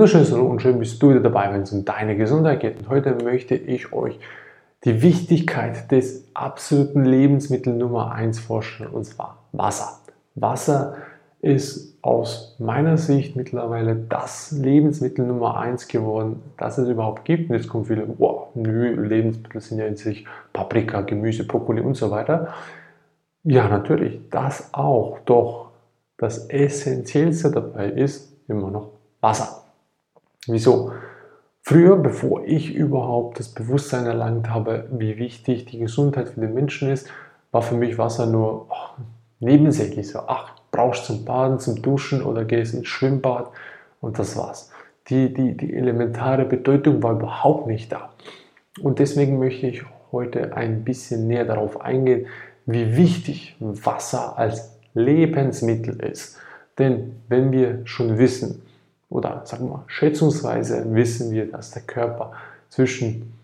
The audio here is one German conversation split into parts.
Wunderschön und schön bist du wieder dabei, wenn es um deine Gesundheit geht. Und heute möchte ich euch die Wichtigkeit des absoluten Lebensmittel Nummer 1 vorstellen, und zwar Wasser. Wasser ist aus meiner Sicht mittlerweile das Lebensmittel Nummer 1 geworden, das es überhaupt gibt. Und jetzt kommen viele, wow, Lebensmittel sind ja in sich Paprika, Gemüse, Brokkoli und so weiter. Ja, natürlich, das auch. Doch das Essentiellste dabei ist immer noch Wasser. Wieso? Früher, bevor ich überhaupt das Bewusstsein erlangt habe, wie wichtig die Gesundheit für den Menschen ist, war für mich Wasser nur nebensächlich. So, brauchst zum Baden, zum Duschen oder gehst ins Schwimmbad und das war's. Die elementare Bedeutung war überhaupt nicht da. Und deswegen möchte ich heute ein bisschen näher darauf eingehen, wie wichtig Wasser als Lebensmittel ist. Denn wenn wir schon wissen, oder sagen wir mal, schätzungsweise wissen wir, dass der Körper zwischen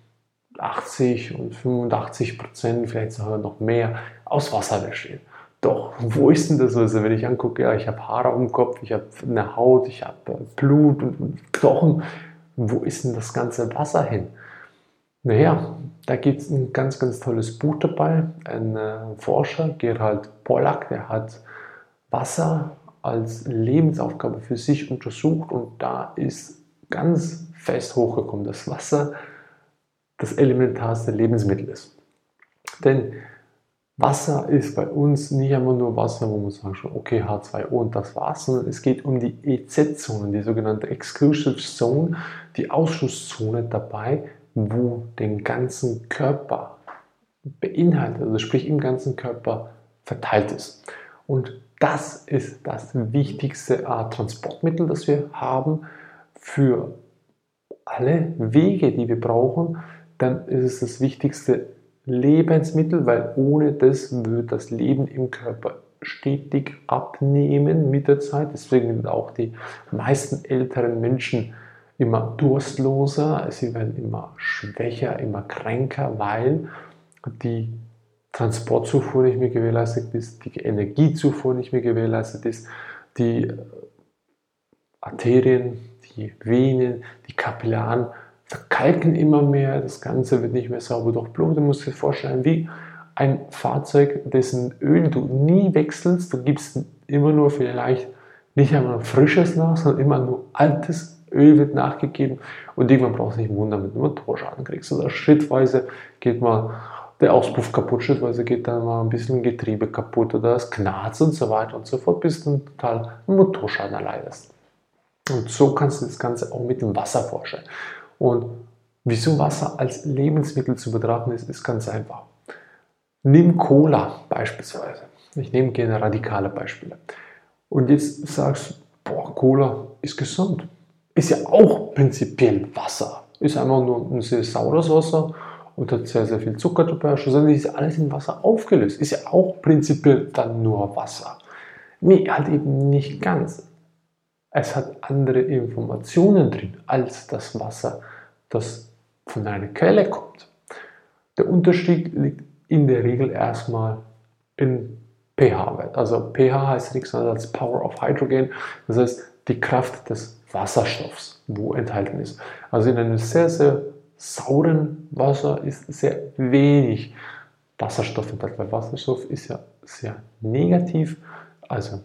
80 und 85%, vielleicht sogar noch mehr, aus Wasser besteht. Doch, wo ist denn das Wasser? Wenn ich angucke, ja, ich habe Haare am Kopf, ich habe eine Haut, ich habe Blut und Knochen. Wo ist denn das ganze Wasser hin? Naja, da gibt es ein ganz, ganz tolles Buch dabei. Ein Forscher, Gerald Pollack, der hat Wasser als Lebensaufgabe für sich untersucht und da ist ganz fest hochgekommen, dass Wasser das elementarste Lebensmittel ist. Denn Wasser ist bei uns nicht immer nur Wasser, wo man sagt, okay, H2O und das war's, sondern es geht um die EZ-Zone, die sogenannte Exclusive Zone, die Ausschlusszone dabei, wo den ganzen Körper beinhaltet, also sprich im ganzen Körper verteilt ist. Und das ist das wichtigste Transportmittel, das wir haben für alle Wege, die wir brauchen. Dann ist es das wichtigste Lebensmittel, weil ohne das wird das Leben im Körper stetig abnehmen mit der Zeit. Deswegen sind auch die meisten älteren Menschen immer durstloser, sie werden immer schwächer, immer kränker, weil die Transportzufuhr nicht mehr gewährleistet ist, die Energiezufuhr nicht mehr gewährleistet ist, die Arterien, die Venen, die Kapillaren verkalken immer mehr, das Ganze wird nicht mehr sauber durchblutet. Du musst dir vorstellen, wie ein Fahrzeug, dessen Öl du nie wechselst, du gibst immer nur vielleicht nicht einmal frisches nach, sondern immer nur altes Öl wird nachgegeben und irgendwann brauchst du nicht wundern, wenn du Motorschaden kriegst. Oder schrittweise geht mal der Auspuff kaputt, schrittweise geht dann mal ein bisschen Getriebe kaputt oder das knarzt und so weiter und so fort, bis du total einen Motorschaden erleidest. Und so kannst du das Ganze auch mit dem Wasser vorstellen. Und wieso Wasser als Lebensmittel zu betrachten ist, ist ganz einfach. Nimm Cola beispielsweise. Ich nehme gerne radikale Beispiele. Und jetzt sagst du, Cola ist gesund. Ist ja auch prinzipiell Wasser. Ist einfach nur ein sehr saures Wasser und hat sehr, sehr viel Zucker dabei. Schlussendlich ist alles in Wasser aufgelöst. Ist ja auch prinzipiell dann nur Wasser. Nee, halt eben nicht ganz. Es hat andere Informationen drin als das Wasser, das von einer Quelle kommt. Der Unterschied liegt in der Regel erstmal in pH-Wert. Also pH heißt nichts anderes als Power of Hydrogen. Das heißt, die Kraft des Wasserstoffs, wo enthalten ist. Also in einem sehr, sehr sauren Wasser ist sehr wenig Wasserstoff enthalten, weil Wasserstoff ist ja sehr negativ, also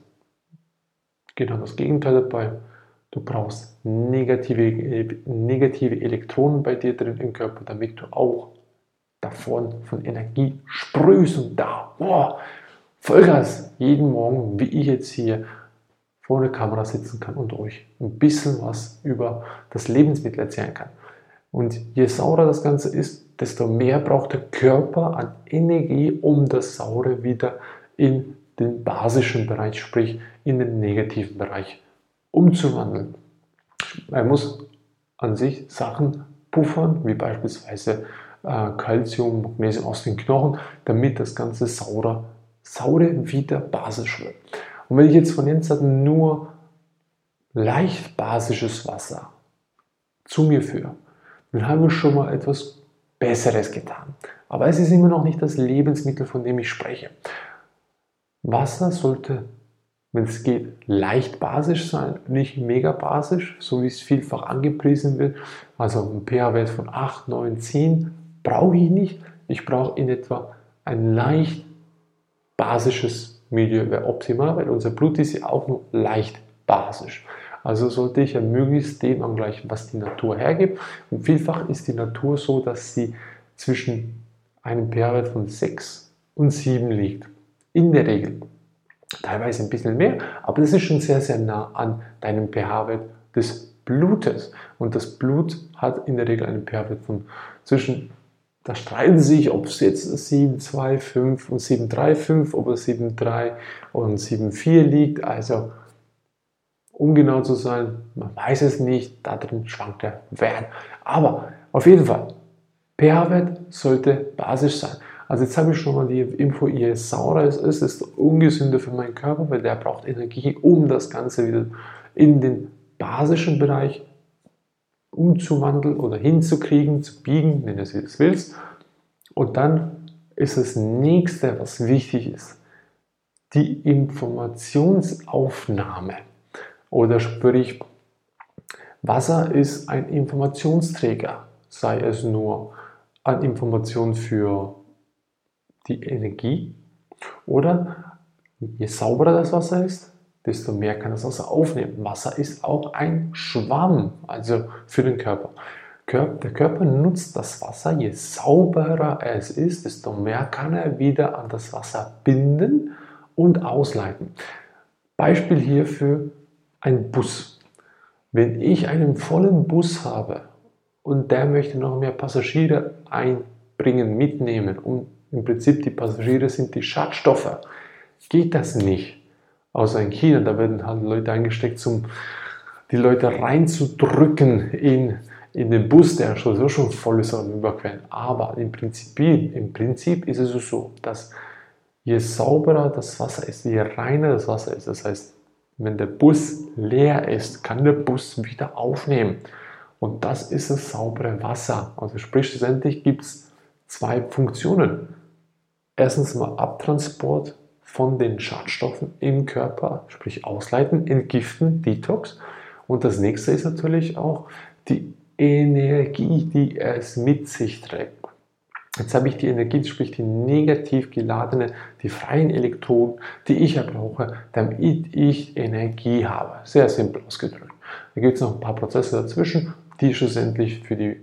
genau das Gegenteil dabei. Du brauchst negative Elektronen bei dir drin im Körper, damit du auch davon von Energie sprühst und da Vollgas jeden Morgen, wie ich jetzt hier vor der Kamera sitzen kann und euch ein bisschen was über das Lebensmittel erzählen kann. Und je saurer das Ganze ist, desto mehr braucht der Körper an Energie, um das Saure wieder in den basischen Bereich, sprich in den negativen Bereich umzuwandeln. Er muss an sich Sachen puffern, wie beispielsweise Calcium, Magnesium aus den Knochen, damit das ganze Saure wieder basisch wird. Und wenn ich jetzt von jetzt an nur leicht basisches Wasser zu mir führe, dann haben wir schon mal etwas Besseres getan. Aber es ist immer noch nicht das Lebensmittel, von dem ich spreche. Wasser sollte wenn es geht, leicht basisch sein, nicht mega basisch, so wie es vielfach angepriesen wird. Also ein pH-Wert von 8, 9, 10 brauche ich nicht. Ich brauche in etwa ein leicht basisches Milieu, wäre optimal, weil unser Blut ist ja auch nur leicht basisch. Also sollte ich ja möglichst dem angleichen, was die Natur hergibt. Und vielfach ist die Natur so, dass sie zwischen einem pH-Wert von 6 und 7 liegt. In der Regel. Teilweise ein bisschen mehr, aber das ist schon sehr, sehr nah an deinem pH-Wert des Blutes. Und das Blut hat in der Regel einen pH-Wert von zwischen, da streiten sich, ob es jetzt 7,25 und 7,35, ob es 7,3 und 7,4 liegt. Also, um genau zu sein, man weiß es nicht, da drin schwankt der Wert. Aber auf jeden Fall, pH-Wert sollte basisch sein. Also jetzt habe ich schon mal die Info, je saurer es ist, desto ungesünder für meinen Körper, weil der braucht Energie, um das Ganze wieder in den basischen Bereich umzuwandeln oder hinzukriegen, zu biegen, wenn du es wie du es willst. Und dann ist das nächste, was wichtig ist, die Informationsaufnahme. Oder sprich, Wasser ist ein Informationsträger, sei es nur an Informationen für die Energie oder je sauberer das Wasser ist, desto mehr kann das Wasser aufnehmen. Wasser ist auch ein Schwamm, also für den Körper. Der Körper nutzt das Wasser, je sauberer es ist, desto mehr kann er wieder an das Wasser binden und ausleiten. Beispiel hierfür ein Bus. Wenn ich einen vollen Bus habe und der möchte noch mehr Passagiere einbringen, mitnehmen und im Prinzip die Passagiere sind die Schadstoffe, geht das nicht. Außer in China, da werden halt Leute eingesteckt, um die Leute reinzudrücken in den Bus, der sowieso schon voll ist am Überqueren. Aber im Prinzip ist es so, dass je sauberer das Wasser ist, je reiner das Wasser ist, das heißt, wenn der Bus leer ist, kann der Bus wieder aufnehmen. Und das ist das saubere Wasser. Also sprich, schlussendlich gibt es zwei Funktionen. Erstens mal Abtransport von den Schadstoffen im Körper, sprich ausleiten, entgiften, Detox. Und das nächste ist natürlich auch die Energie, die es mit sich trägt. Jetzt habe ich die Energie, sprich die negativ geladene, die freien Elektronen, die ich ja brauche, damit ich Energie habe. Sehr simpel ausgedrückt. Da gibt es noch ein paar Prozesse dazwischen, die schlussendlich für die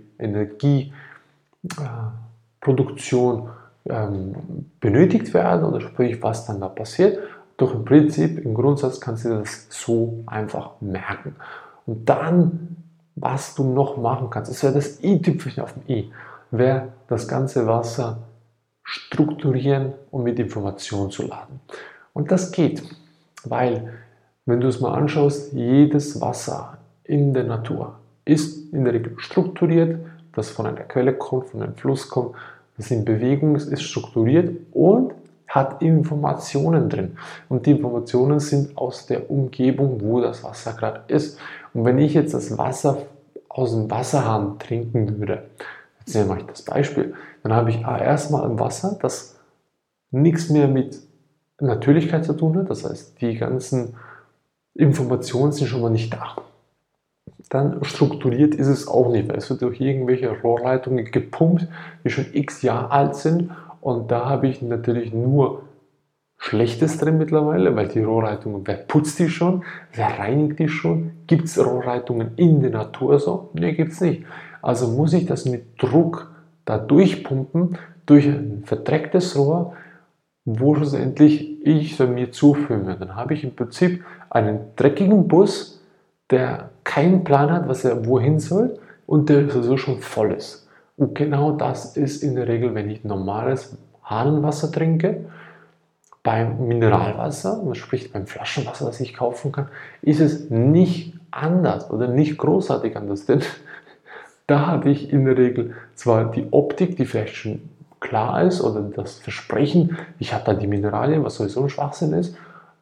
Energieproduktion benötigt werden oder sprich, was dann da passiert. Doch im Prinzip, im Grundsatz kannst du das so einfach merken. Und dann, was du noch machen kannst, das wäre das i-Tüpfelchen auf dem i, wäre das ganze Wasser strukturieren und mit Informationen zu laden. Und das geht, weil, wenn du es mal anschaust, jedes Wasser in der Natur ist in der Regel strukturiert, das von einer Quelle kommt, von einem Fluss kommt, das in Bewegung ist strukturiert und hat Informationen drin. Und die Informationen sind aus der Umgebung, wo das Wasser gerade ist. Und wenn ich jetzt das Wasser aus dem Wasserhahn trinken würde, jetzt mache ich das Beispiel, dann habe ich erstmal ein Wasser, das nichts mehr mit Natürlichkeit zu tun hat. Das heißt, die ganzen Informationen sind schon mal nicht da. Dann strukturiert ist es auch nicht, weil es wird durch irgendwelche Rohrleitungen gepumpt, die schon x Jahre alt sind. Und da habe ich natürlich nur Schlechtes drin mittlerweile, weil die Rohrleitungen, wer putzt die schon? Wer reinigt die schon? Gibt es Rohrleitungen in der Natur so? Ne, gibt es nicht. Also muss ich das mit Druck da durchpumpen, durch ein verdrecktes Rohr, wo schlussendlich ich mir zuführe. Dann habe ich im Prinzip einen dreckigen Bus, der keinen Plan hat, was er wohin soll und der sowieso schon voll ist. Und genau das ist in der Regel, wenn ich normales Hahnenwasser trinke, beim Mineralwasser, sprich beim Flaschenwasser, das ich kaufen kann, ist es nicht anders oder nicht großartig anders, denn da habe ich in der Regel zwar die Optik, die vielleicht schon klar ist, oder das Versprechen, ich habe da die Mineralien, was sowieso ein Schwachsinn ist,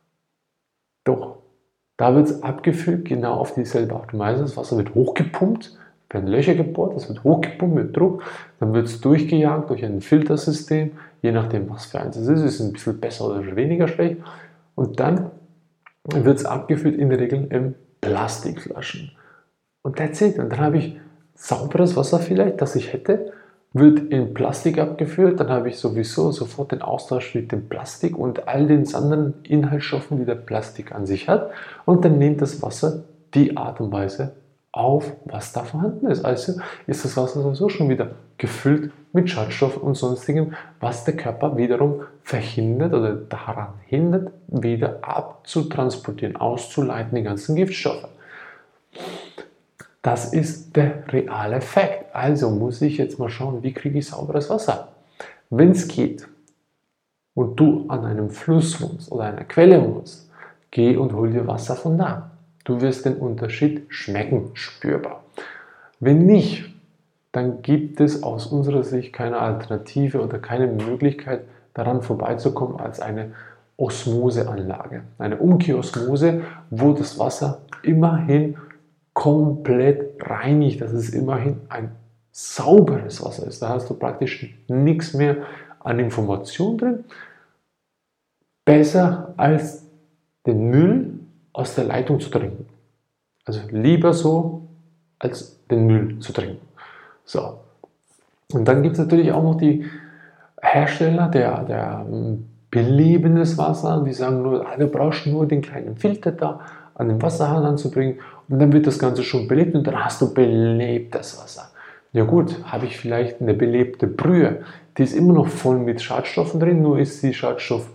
doch da wird es abgefüllt, genau auf dieselbe Art und Weise. Das Wasser wird hochgepumpt, werden Löcher gebohrt, das wird hochgepumpt mit Druck, dann wird es durchgejagt durch ein Filtersystem, je nachdem was für eins es ist ein bisschen besser oder weniger schlecht. Und dann wird es abgefüllt in der Regel in Plastikflaschen. Und that's it. Und dann habe ich sauberes Wasser vielleicht, das ich hätte, wird in Plastik abgefüllt. Dann habe ich sowieso sofort den Austausch mit dem Plastik und all den anderen Inhaltsstoffen, die der Plastik an sich hat. Und dann nimmt das Wasser die Art und Weise auf, was da vorhanden ist. Also ist das Wasser sowieso schon wieder gefüllt mit Schadstoffen und sonstigem, was der Körper wiederum verhindert oder daran hindert, wieder abzutransportieren, auszuleiten, die ganzen Giftstoffe. Das ist der reale Effekt. Also muss ich jetzt mal schauen, wie kriege ich sauberes Wasser. Wenn es geht und du an einem Fluss wohnst oder einer Quelle wohnst, geh und hol dir Wasser von da. Du wirst den Unterschied schmecken, spürbar. Wenn nicht, dann gibt es aus unserer Sicht keine Alternative oder keine Möglichkeit, daran vorbeizukommen als eine Osmoseanlage. Eine Umkehrosmose, wo das Wasser immerhin komplett reinigt, dass es immerhin ein sauberes Wasser ist. Da hast du praktisch nichts mehr an Information drin. Besser als den Müll aus der Leitung zu trinken. Also lieber so, als den Müll zu trinken. So. Und dann gibt es natürlich auch noch die Hersteller der belebendes Wasser, die sagen nur, du brauchst nur den kleinen Filter da an den Wasserhahn anzubringen und dann wird das Ganze schon belebt und dann hast du belebtes Wasser. Ja gut, habe ich vielleicht eine belebte Brühe, die ist immer noch voll mit Schadstoffen drin, nur ist die Schadstoffart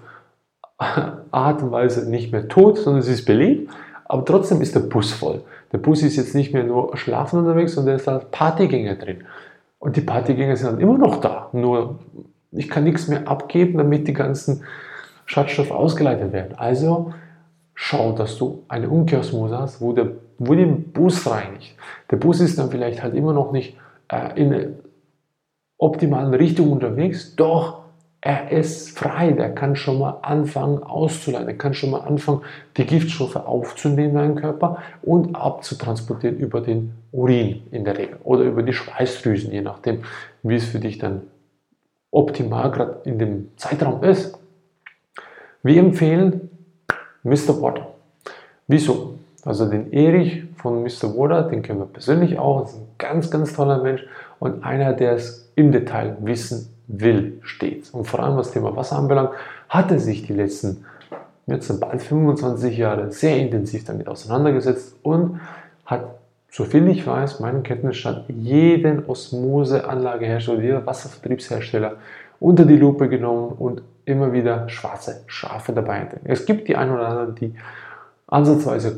und Weise nicht mehr tot, sondern sie ist belebt, aber trotzdem ist der Bus voll. Der Bus ist jetzt nicht mehr nur schlafen unterwegs, sondern da ist halt Partygänger drin. Und die Partygänger sind halt immer noch da, nur ich kann nichts mehr abgeben, damit die ganzen Schadstoffe ausgeleitet werden. Also schau, dass du eine Umkehrosmose hast, wo den Bus reinigt. Der Bus ist dann vielleicht halt immer noch nicht in der optimalen Richtung unterwegs, doch er ist frei, der kann schon mal anfangen auszuleiten, er kann schon mal anfangen, die Giftstoffe aufzunehmen in deinen Körper und abzutransportieren über den Urin in der Regel oder über die Schweißdrüsen, je nachdem, wie es für dich dann optimal gerade in dem Zeitraum ist. Wir empfehlen Mr. Water. Wieso? Also den Erich von Mr. Water, den kennen wir persönlich auch, das ist ein ganz, ganz toller Mensch und einer, der es im Detail wissen will, stets. Und vor allem was das Thema Wasser anbelangt, hat er sich die letzten jetzt bald 25 Jahre sehr intensiv damit auseinandergesetzt und hat, soviel ich weiß, meinem Kenntnisstand, jeden Osmoseanlagehersteller, jeder Wasservertriebshersteller unter die Lupe genommen und immer wieder schwarze Schafe dabei entdeckt. Es gibt die einen oder anderen, die ansatzweise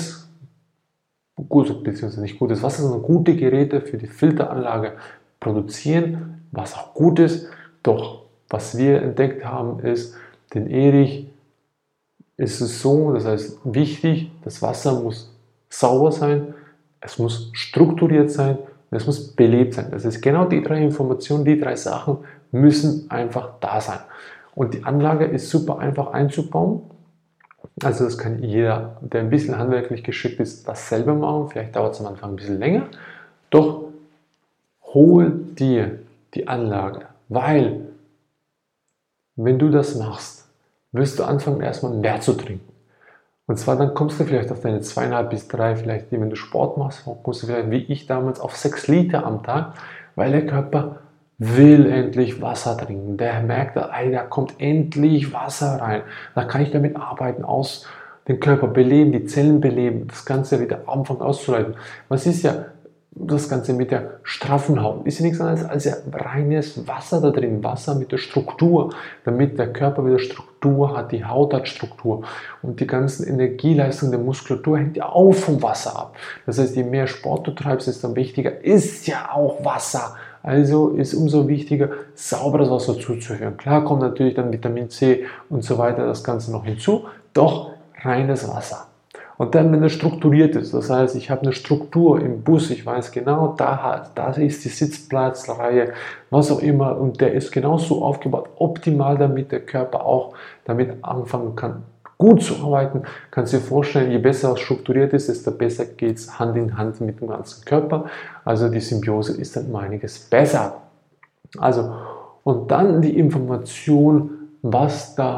beziehungsweise nicht gutes Wasser, sondern gute Geräte für die Filteranlage produzieren, was auch gut ist. Doch was wir entdeckt haben, ist, den Erich ist es so, das heißt wichtig, das Wasser muss sauber sein, es muss strukturiert sein und es muss belebt sein. Das ist genau die drei Informationen, die drei Sachen müssen einfach da sein. Und die Anlage ist super einfach einzubauen. Also das kann jeder, der ein bisschen handwerklich geschickt ist, das selber machen. Vielleicht dauert es am Anfang ein bisschen länger. Doch hol dir die Anlage, weil wenn du das machst, wirst du anfangen erstmal mehr zu trinken. Und zwar dann kommst du vielleicht auf deine 2,5 bis 3, vielleicht wenn du Sport machst, kommst du vielleicht wie ich damals auf 6 Liter am Tag, weil der Körper will endlich Wasser trinken. Der merkt, ey, da kommt endlich Wasser rein. Da kann ich damit arbeiten, den Körper beleben, die Zellen beleben, das Ganze wieder anfangen auszuleiten. Was ist ja das Ganze mit der straffen Haut? Ist ja nichts anderes als ja reines Wasser da drin, Wasser mit der Struktur, damit der Körper wieder Struktur hat, die Haut hat Struktur und die ganzen Energieleistungen der Muskulatur hängt ja auch vom Wasser ab. Das heißt, je mehr Sport du treibst, desto wichtiger ist ja auch Wasser. Also ist umso wichtiger, sauberes Wasser zuzuführen. Klar kommt natürlich dann Vitamin C und so weiter das Ganze noch hinzu, doch reines Wasser. Und dann, wenn es strukturiert ist, das heißt, ich habe eine Struktur im Bus, ich weiß genau, da ist die Sitzplatzreihe, was auch immer, und der ist genauso aufgebaut, optimal, damit der Körper auch damit anfangen kann, gut zu arbeiten. Kannst du dir vorstellen, je besser es strukturiert ist, desto besser geht es Hand in Hand mit dem ganzen Körper. Also die Symbiose ist dann um einiges besser. Also, und dann die Information, was da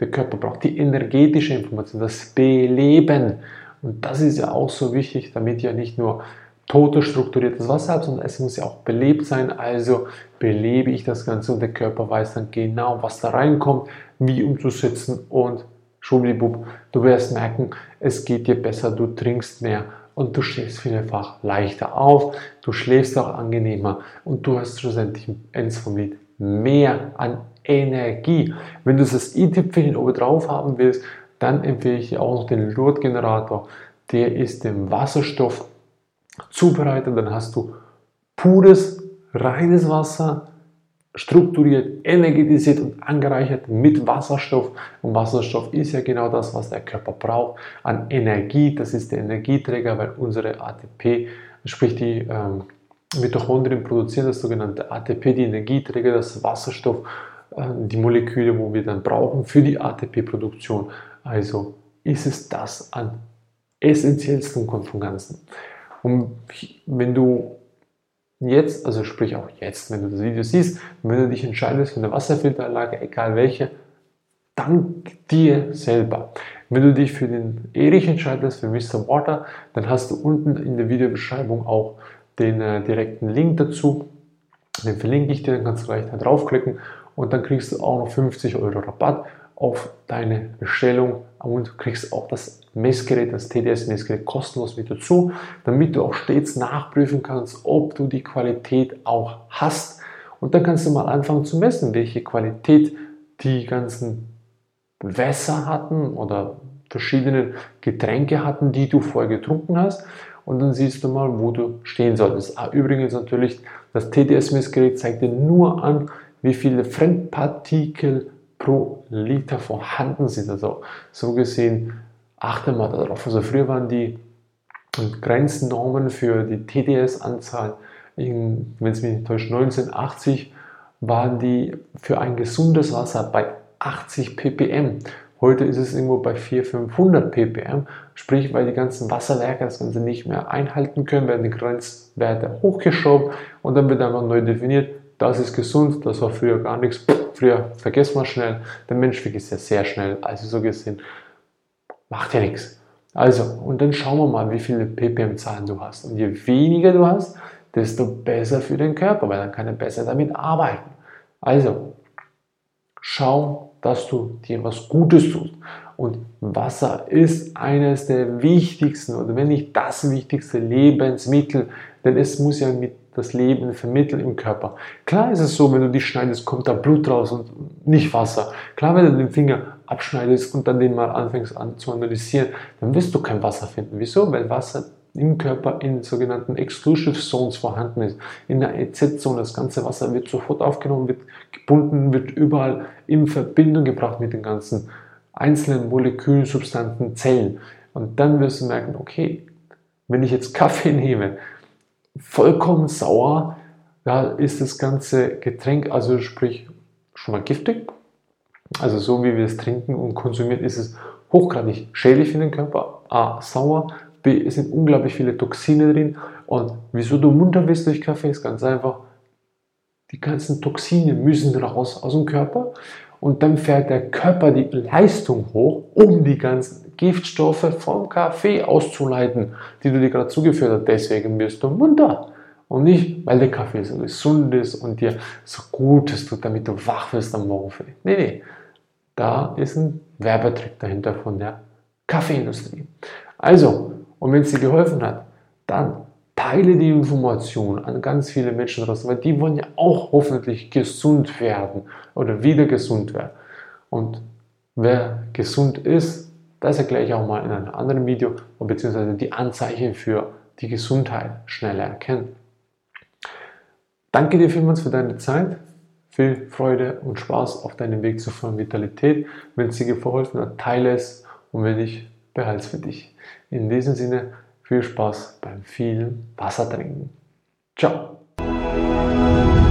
der Körper braucht die energetische Information, das Beleben. Und das ist ja auch so wichtig, damit ihr nicht nur totes, strukturiertes Wasser habt, sondern es muss ja auch belebt sein. Also belebe ich das Ganze und der Körper weiß dann genau, was da reinkommt, wie umzusetzen und schwuppdiwupp, du wirst merken, es geht dir besser, du trinkst mehr und du stehst vielfach leichter auf, du schläfst auch angenehmer und du hast schlussendlich am Ende vom Lied mehr an Energie. Wenn du das i-Tüpfelchen oben drauf haben willst, dann empfehle ich dir auch noch den Lourdes-Generator. Der ist dem Wasserstoff zubereitet, dann hast du pures, reines Wasser, strukturiert, energetisiert und angereichert mit Wasserstoff. Und Wasserstoff ist ja genau das, was der Körper braucht an Energie. Das ist der Energieträger, weil unsere ATP, sprich die Mitochondrien produzieren das sogenannte ATP, die Energieträger, das Wasserstoff, die Moleküle, wo wir dann brauchen für die ATP-Produktion. Also ist es das an essentiellsten vom Ganzen. Und wenn du jetzt, also sprich auch jetzt, wenn du das Video siehst, wenn du dich entscheidest für eine Wasserfilteranlage, egal welche, dank dir selber. Wenn du dich für den Erich entscheidest, für Mr. Water, dann hast du unten in der Videobeschreibung auch den direkten Link dazu. Den verlinke ich dir, dann kannst du gleich da draufklicken und dann kriegst du auch noch 50 € Rabatt auf deine Bestellung und kriegst auch das Messgerät, das TDS-Messgerät kostenlos mit dazu, damit du auch stets nachprüfen kannst, ob du die Qualität auch hast. Und dann kannst du mal anfangen zu messen, welche Qualität die ganzen Wässer hatten oder verschiedene Getränke hatten, die du vorher getrunken hast. Und dann siehst du mal, wo du stehen solltest. Übrigens natürlich, das TDS-Messgerät zeigt dir nur an, wie viele Fremdpartikel pro Liter vorhanden sind. Also so gesehen, achte mal darauf. Also früher waren die Grenznormen für die TDS-Anzahl, wenn es mich nicht täuscht, 1980 waren die für ein gesundes Wasser bei 80 ppm. Heute ist es irgendwo bei 400-500 ppm, sprich, weil die ganzen Wasserwerke das Ganze nicht mehr einhalten können, werden die Grenzwerte hochgeschoben und dann wird einfach neu definiert, das ist gesund, das war früher gar nichts. Früher vergessen wir schnell, der Mensch vergisst ja sehr schnell, also so gesehen, macht ja nichts. Also, und dann schauen wir mal, wie viele ppm-Zahlen du hast. Und je weniger du hast, desto besser für den Körper, weil dann kann er besser damit arbeiten. Also, schau, dass du dir was Gutes tust. Und Wasser ist eines der wichtigsten, oder wenn nicht das wichtigste Lebensmittel, denn es muss ja mit das Leben vermitteln im Körper. Klar ist es so, wenn du dich schneidest, kommt da Blut raus und nicht Wasser. Klar, wenn du den Finger abschneidest und dann den mal anfängst an zu analysieren, dann wirst du kein Wasser finden. Wieso? Weil Wasser im Körper in sogenannten Exclusive Zones vorhanden ist. In der EZ-Zone, das ganze Wasser wird sofort aufgenommen, wird gebunden, wird überall in Verbindung gebracht mit den ganzen einzelnen Molekülen, Substanzen, Zellen. Und dann wirst du merken, okay, wenn ich jetzt Kaffee nehme, vollkommen sauer, da ist das ganze Getränk, also sprich schon mal giftig. Also so wie wir es trinken und konsumieren, ist es hochgradig schädlich für den Körper. A, sauer, B, es sind unglaublich viele Toxine drin. Und wieso du munter bist durch Kaffee, ist ganz einfach, die ganzen Toxine müssen raus aus dem Körper und dann fährt der Körper die Leistung hoch, um die ganzen Giftstoffe vom Kaffee auszuleiten, die du dir gerade zugeführt hast. Deswegen wirst du munter. Und nicht, weil der Kaffee so gesund ist und dir so Gutes tut, damit du wach wirst am Morgen. Nee. Da ist ein Werbetrick dahinter von der Kaffeeindustrie. Also, und wenn es dir geholfen hat, dann teile die Information an ganz viele Menschen draußen, weil die wollen ja auch hoffentlich gesund werden oder wieder gesund werden. Und wer gesund ist, das erkläre ich auch mal in einem anderen Video, beziehungsweise die Anzeichen für die Gesundheit schneller erkennen. Danke dir vielmals für deine Zeit. Viel Freude und Spaß auf deinem Weg zur vollen Vitalität. Wenn es dir geholfen hat, teile es und wenn nicht, behalte es für dich. In diesem Sinne, viel Spaß beim vielen Wasser trinken. Ciao!